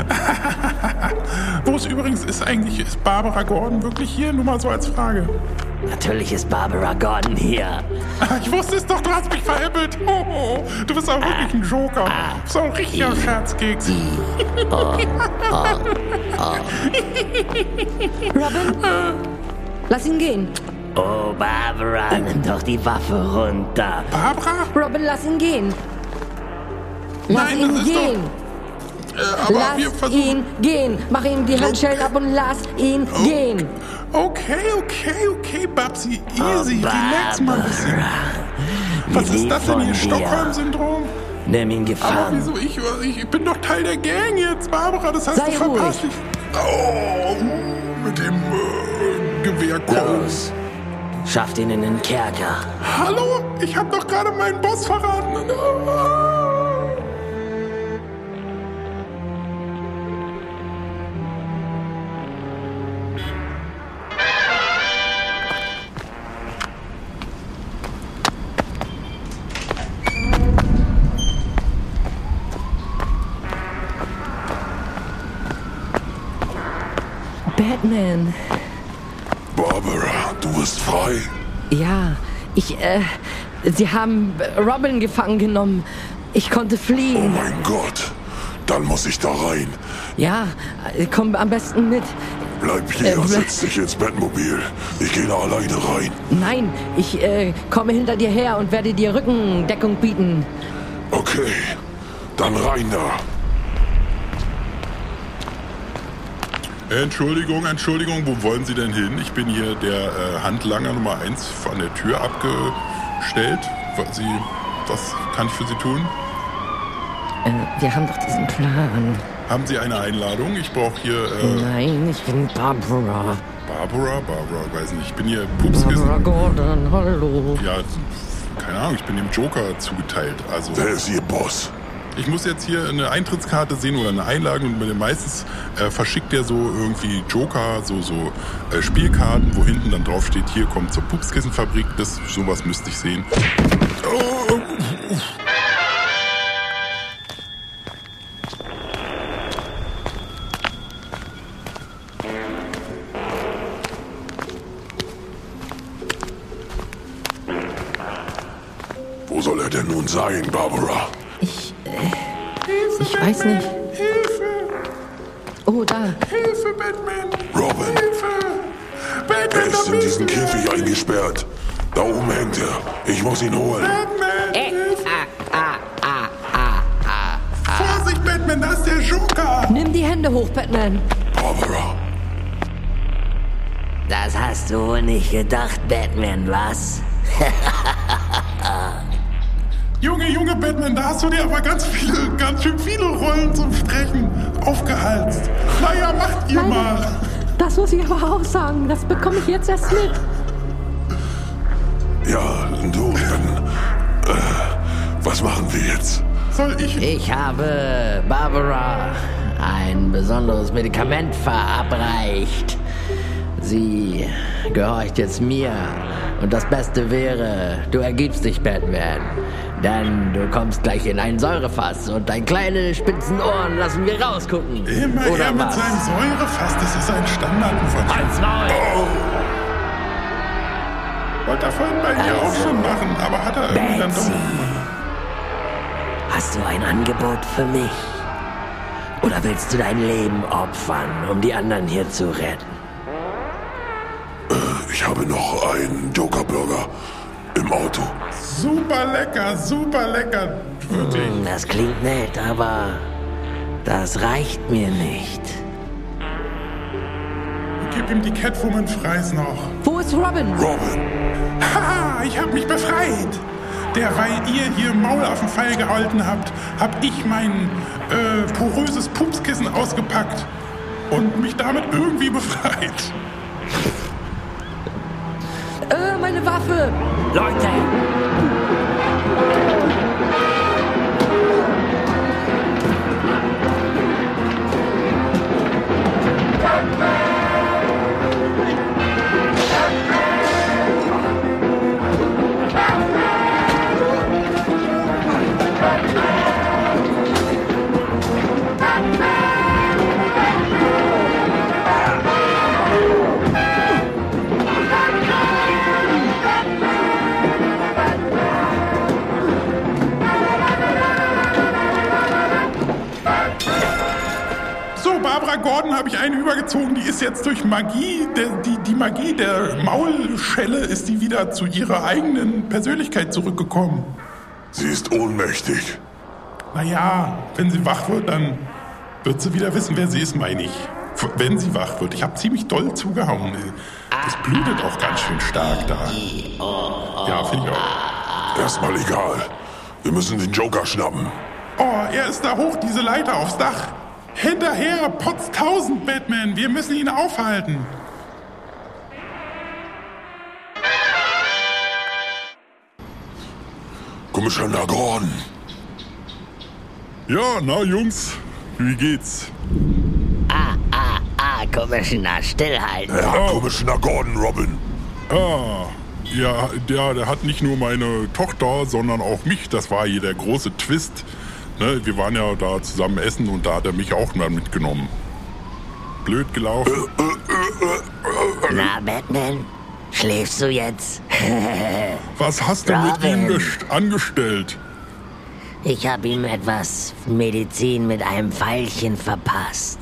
Wo es übrigens ist eigentlich, ist Barbara Gordon wirklich hier? Nur mal so als Frage. Natürlich ist Barbara Gordon hier. Ich wusste es doch, du hast mich veräppelt. Oh, du bist auch wirklich ein Joker. Du bist auch ein richtiger Scherzkeks. Robin, lass ihn gehen. Oh, Barbara, nimm doch die Waffe runter. Barbara? Robin, lass ihn gehen. Lass Nein, ihn das ist gehen. Aber Lass wir versuchen... ihn gehen. Mach ihm die Handschellen ab und lass ihn gehen. Okay, Babsi. Easy, relax mal ein bisschen. Was ist das denn hier? Stockholm-Syndrom? Nimm ihn Aber gefangen. wieso? Ich bin doch Teil der Gang jetzt, Barbara. Das hast Sei du verpasst. ruhig. Oh, mit dem Gewehrkolben. Los. Schafft ihn in den Kerker. Hallo? Ich hab doch gerade meinen Boss verraten. Batman. Barbara, du bist frei. Ja, Sie haben Robin gefangen genommen. Ich konnte Oh fliehen. mein Gott. Dann muss ich da rein. Ja, komm am besten mit. Bleib hier, setz dich ins Bettmobil. Ich gehe da alleine rein. Nein, ich komme hinter dir her und werde dir Rückendeckung bieten. Okay, Dann rein da. Entschuldigung, wo wollen Sie denn hin? Ich bin hier der Handlanger Nummer 1 von der Tür abgestellt. Was kann ich für Sie tun? Wir haben doch diesen Plan. Haben Sie eine Einladung? Ich brauche hier... Nein, ich bin Barbara. Barbara, weiß nicht. Ich bin hier Pupskissen. Barbara Gordon, hallo. Ja, keine Ahnung, ich bin dem Joker zugeteilt. Also, Wer ist Ihr Boss? ich muss jetzt hier eine Eintrittskarte sehen oder eine Einladung und meistens verschickt der so irgendwie Joker, so Spielkarten, wo hinten dann drauf steht, hier kommt zur Pupskissenfabrik. Sowas müsste ich sehen. Oh. Wo soll er denn nun sein, Barbara? Ich weiß nicht. Hilfe! Oh, da. Hilfe, Batman! Robin, Hilfe! er Batman, ist da in bist diesen du! Käfig eingesperrt. Da oben hängt er. Ich muss ihn holen. Batman! Hilfe! Vorsicht, Batman, da ist der Joker! Nimm die Hände hoch, Batman. Barbara, Das hast du wohl nicht gedacht, Batman, was? Junge, Batman, da hast du dir aber ganz schön viele Rollen zum Sprechen aufgehalst. Naja, macht ihr mal. Das muss ich aber auch sagen. Das bekomme ich jetzt erst mit. ja, du, dann, was machen wir jetzt? Soll ich? Ich habe Barbara ein besonderes Medikament verabreicht. Sie gehorcht jetzt mir. Und das Beste wäre, du ergibst dich, Batman. Denn du kommst gleich in ein Säurefass und deine kleinen spitzen Ohren lassen wir rausgucken. Immer Oder er mit was? seinem Säurefass, das ist ein Standardmove von ihm. Halt's Maul! Wollte er vorhin bei mir auch schon machen, aber hat er irgendwie dann doch Betsy. nicht gemacht. Hast du ein Angebot für mich? Oder willst du dein Leben opfern, um die anderen hier zu retten? Ich habe noch einen Joker-Burger im Auto. Super lecker, wirklich. Das klingt nett, aber das reicht mir nicht. Gib ihm die Catwoman-Freis noch. Wo ist Robin? Robin, Haha, ich hab mich befreit. Derweil ihr hier Maul auf den Pfeil gehalten habt, hab ich mein poröses Pupskissen ausgepackt und mich damit irgendwie befreit. Meine Waffe. Leute! Barbara Gordon habe ich eine übergezogen, die ist jetzt durch Magie, die Magie der Maulschelle ist die wieder zu ihrer eigenen Persönlichkeit zurückgekommen. sie ist ohnmächtig. Naja, wenn sie wach wird, dann wird sie wieder wissen, wer sie ist, meine ich. Wenn sie wach wird. Ich habe ziemlich doll zugehauen. Das blutet auch ganz schön stark da. Ja, finde ich auch. Erstmal egal. Wir müssen den Joker schnappen. Oh, er ist da hoch, diese Leiter aufs Dach. Hinterher, Potz 1000, Batman. Wir müssen ihn aufhalten. Commissioner Gordon. Ja, na Jungs, wie geht's? Commissioner, stillhalten. Ja, Commissioner Gordon, Robin. Ja, der hat nicht nur meine Tochter, sondern auch mich. Das war hier der große Twist. Ne, wir waren ja da zusammen essen und da hat er mich auch mal mitgenommen. Blöd gelaufen. Na, Batman, schläfst du jetzt? Was hast du mit ihm angestellt? Ich habe ihm etwas Medizin mit einem Pfeilchen verpasst.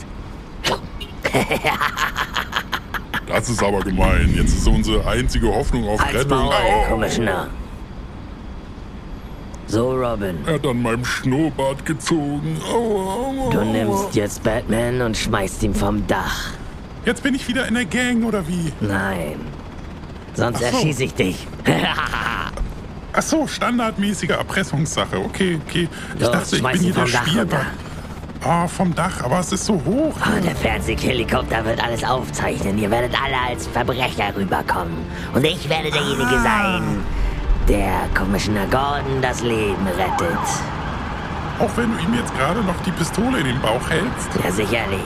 Das ist aber gemein. Jetzt ist unsere einzige Hoffnung auf Als Rettung. Maul, Commissioner. So, Robin, Er hat an meinem Schnurrbart gezogen. Aua. du nimmst jetzt Batman und schmeißt ihn vom Dach. Jetzt bin ich wieder in der Gang, oder wie? Nein. Sonst Ach so. erschieße ich dich. Ach so, standardmäßige Erpressungssache. Okay. Ich Los, dachte, ich schmeiß bin ihn hier der vom Dach Spielball. runter. Vom Dach, aber es ist so hoch. Oh, der Fernsehhelikopter wird alles aufzeichnen. Ihr werdet alle als Verbrecher rüberkommen. Und ich werde derjenige sein, der Commissioner Gordon das Leben rettet. Auch wenn du ihm jetzt gerade noch die Pistole in den Bauch hältst. Ja, sicherlich.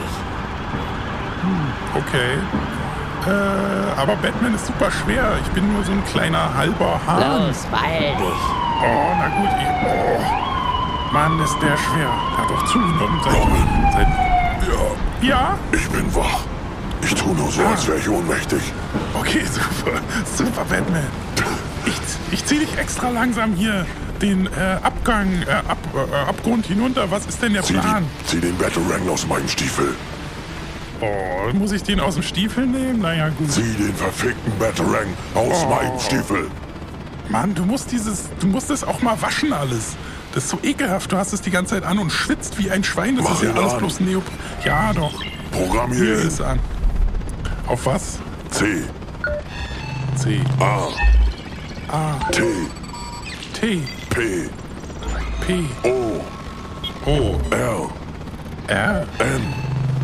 Okay. Aber Batman ist super schwer. Ich bin nur so ein kleiner halber Hahn. Los, beeil dich. Oh, na gut. Mann, ist der schwer. Der hat doch zugenommen seit... Ja? Ich bin wach. Ich tue nur so, als wäre ich ohnmächtig. Okay, super. Super, Batman. Ich zieh dich extra langsam hier den Abgrund hinunter. Was ist denn der Plan? Zieh den Batarang aus meinem Stiefel. Oh, muss ich den aus dem Stiefel nehmen? Naja, gut. Zieh den verfickten Batarang aus meinem Stiefel. Mann, du musst es auch mal waschen alles. Das ist so ekelhaft. Du hast es die ganze Zeit an und schwitzt wie ein Schwein. Das Mach ist ja ihn alles an. bloß Ja, doch. Programmier Hier ihn. ist an. Auf was? C, C. A, T, T. P, P. O, O. R, R. N.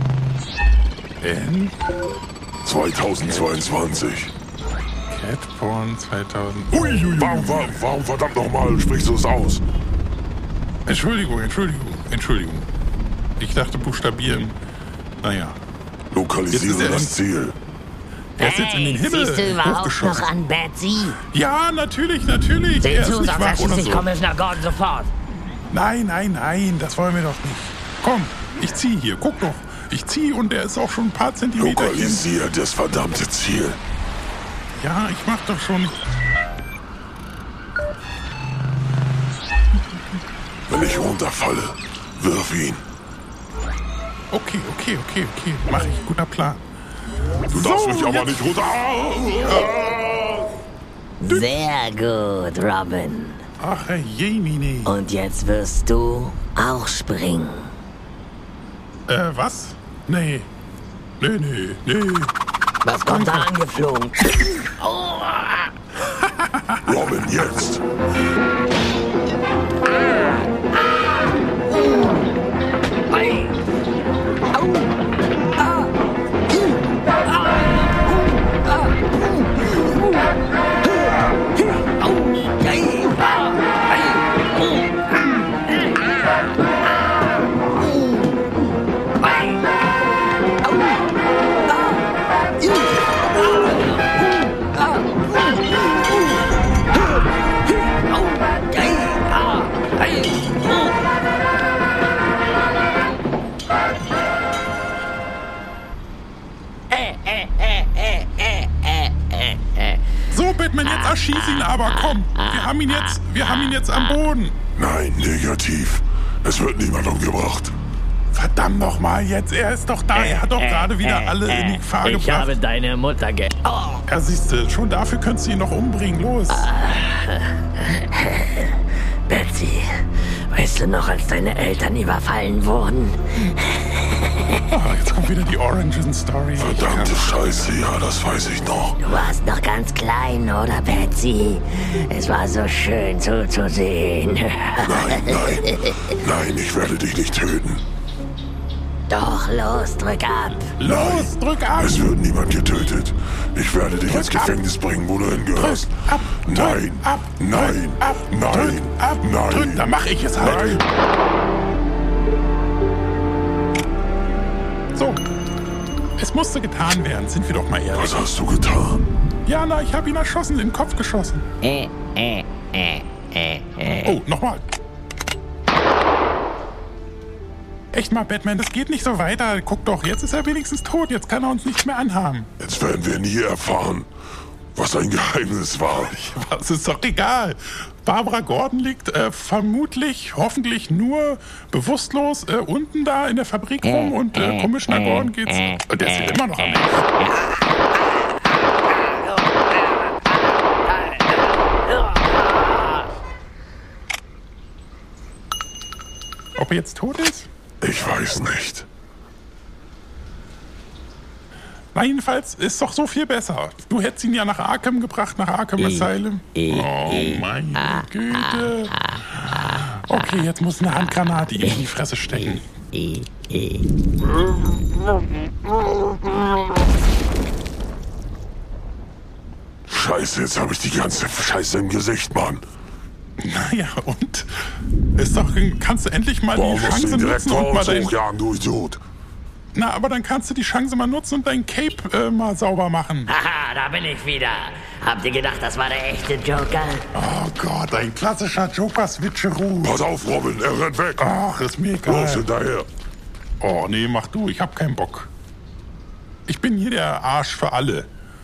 N. 2022. Catborn 2000. Warum verdammt nochmal sprichst du es aus? Entschuldigung. Ich dachte buchstabieren. Naja. Lokalisiere Jetzt ist er das Ziel. Er ist jetzt in den Himmel siehst du überhaupt hochgeschossen. noch an Betsy? Ja, natürlich. Sieh Er ist zu, nicht sonst wach erschießt oder dich so. Commissioner Gordon sofort. Nein, das wollen wir doch nicht. Komm, ich zieh hier. Guck doch. Ich zieh und der ist auch schon ein paar Zentimeter hin. Lokalisiere das verdammte Ziel. Ja, ich mach doch schon. Wenn ich runterfalle, wirf ihn. Okay. Mach ich. Guter Plan. Du darfst So, mich aber jetzt- nicht runter... Sehr gut, Robin. Ach, Herr Jemine. Und jetzt wirst du auch springen. Was? Nee. Was kommt da angeflogen? Robin, jetzt. Ei. So, Batman, jetzt erschieß ihn aber, komm. Wir haben ihn jetzt am Boden. Nein, negativ. Es wird niemand umgebracht. Verdammt nochmal jetzt, er ist doch da. Er hat doch gerade wieder alle in die Gefahr Ich gebracht. habe deine Mutter Ja, siehst du, schon dafür könntest du ihn noch umbringen. Los. Betsy, weißt du noch, als deine Eltern überfallen wurden? Jetzt kommt wieder die Origin-Story. Verdammte Scheiße, ja, das weiß ich noch. Du warst noch ganz klein, oder, Betsy? Es war so schön zuzusehen. Nein, ich werde dich nicht töten. Doch, los, drück ab. Los, drück ab. Es wird niemand getötet. Ich werde dich ins ab. Gefängnis bringen, wo du hingehörst. Ab, Nein, ab, nein, ab, nein, drück ab, nein. drück, dann mach ich es halt. Nein. So, es musste getan werden, sind wir doch mal ehrlich. Was hast du getan? Ja, na, ich habe ihn erschossen, in den Kopf geschossen. Oh, nochmal. Echt mal, Batman, das geht nicht so weiter. Guck doch, jetzt ist er wenigstens tot. Jetzt kann er uns nichts mehr anhaben. Jetzt werden wir nie erfahren, was ein Geheimnis war. Es ist doch egal. Barbara Gordon liegt vermutlich, hoffentlich nur bewusstlos unten da in der Fabrik rum und Commissioner Gordon geht's. Der ist ja immer noch am Ende. ob er jetzt tot ist? Ich weiß nicht. Na, jedenfalls ist doch so viel besser. Du hättest ihn ja nach Arkham gebracht, nach Arkham Asylum. Oh, meine Güte. Okay, jetzt muss eine Handgranate ihm in die Fresse stecken. Scheiße, jetzt habe ich die ganze Scheiße im Gesicht, Mann. Naja, und? Ist doch, kannst du endlich mal Warum die musst du Chance ihn direkt nutzen vor und mal uns dein... hochjagen, du Idiot? Na, aber dann kannst du die Chance mal nutzen und dein Cape mal sauber machen. Haha, da bin ich wieder. Habt ihr gedacht, das war der echte Joker? Oh Gott, ein klassischer Joker-Switcheroo. Pass auf, Robin, er rennt weg. Ach, ist mir egal. Los, hinterher. Oh, nee, mach du, ich hab keinen Bock. Ich bin hier der Arsch für alle.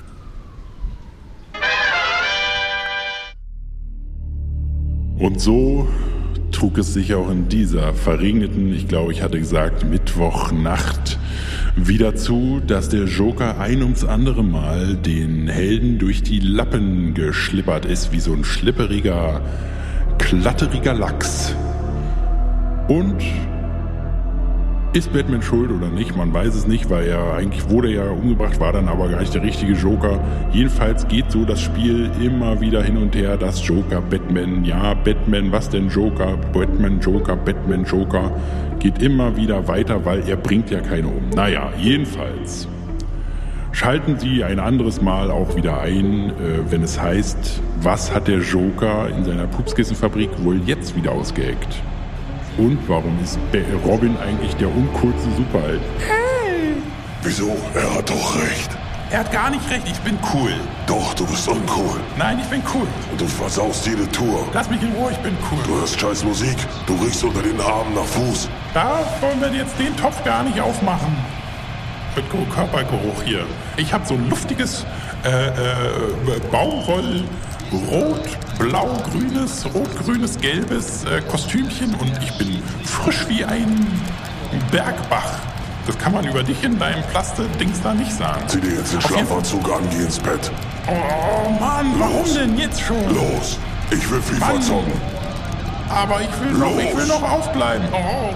Und so trug es sich auch in dieser verregneten, ich glaube, ich hatte gesagt, Mittwochnacht wieder zu, dass der Joker ein ums andere Mal den Helden durch die Lappen geschlippert ist, wie so ein schlipperiger, klatteriger Lachs. Und ist Batman schuld oder nicht? Man weiß es nicht, weil eigentlich wurde er ja umgebracht, war dann aber gar nicht der richtige Joker. Jedenfalls geht so das Spiel immer wieder hin und her, dass Joker, Batman, ja, Batman, was denn Joker, Batman, Joker, Batman, Joker, geht immer wieder weiter, weil er bringt ja keine um. Naja, jedenfalls schalten Sie ein anderes Mal auch wieder ein, wenn es heißt, was hat der Joker in seiner Pupskissenfabrik wohl jetzt wieder ausgeheckt? Und warum ist Robin eigentlich der uncoolste Superheld? Hey! Wieso? Er hat doch recht. Er hat gar nicht recht, ich bin cool. Doch, du bist uncool. Nein, ich bin cool. Und du versaust jede Tour. Lass mich in Ruhe, ich bin cool. Du hörst scheiß Musik. Du riechst unter den Armen nach Fuß. Da wollen wir jetzt den Topf gar nicht aufmachen. Mit Körpergeruch hier. Ich habe so ein luftiges Baumwoll, rot-blau-grünes, rot-grünes, gelbes Kostümchen und ich bin frisch wie ein Bergbach. Das kann man über dich in deinem Plaste-Dings da nicht sagen. Zieh dir jetzt den Schlafanzug an, geh ins Bett. Oh Mann, warum denn jetzt schon? Los, ich will FIFA Mann. zocken. Aber ich will noch aufbleiben. Oh.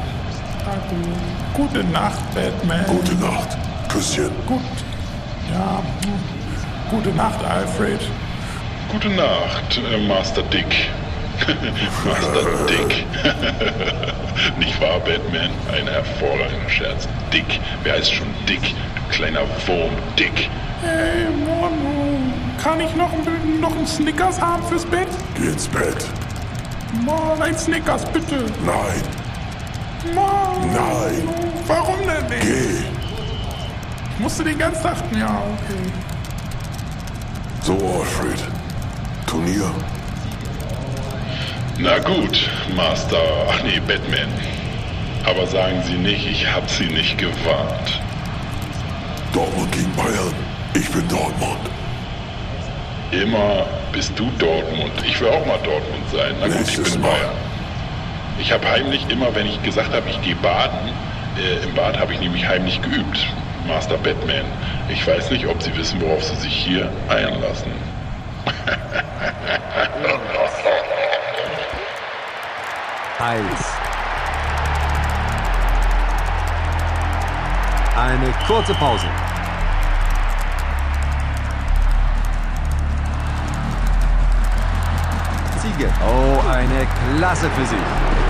Gute Nacht, Batman. Gute Nacht. Küsschen. Ja, gute Nacht, Alfred. Gute Nacht, Master Dick. Master Dick. Nicht wahr, Batman? Ein hervorragender Scherz. Dick. Wer heißt schon Dick? Du kleiner Wurm, Dick. Hey, Mann, kann ich noch einen Snickers haben fürs Bett? Geh ins Bett. Mann, ein Snickers, bitte. Nein. Mann. Nein. Warum denn nicht? Geh. Ich musste den ganzen Tag... Ja, okay. So, Alfred. Turnier. Na gut, Master... Ach nee, Batman. Aber sagen Sie nicht, ich hab Sie nicht gewarnt. Dortmund gegen Bayern. Ich bin Dortmund. Immer bist du Dortmund. Ich will auch mal Dortmund sein. Na gut, ich Nächstes bin Mal. Bayern. Ich habe heimlich immer, wenn ich gesagt habe, ich gehe baden, im Bad habe ich nämlich heimlich geübt. Master Batman. Ich weiß nicht, ob Sie wissen, worauf Sie sich hier einlassen. Eine kurze Pause. Ziege. Oh, eine Klasse für Sie.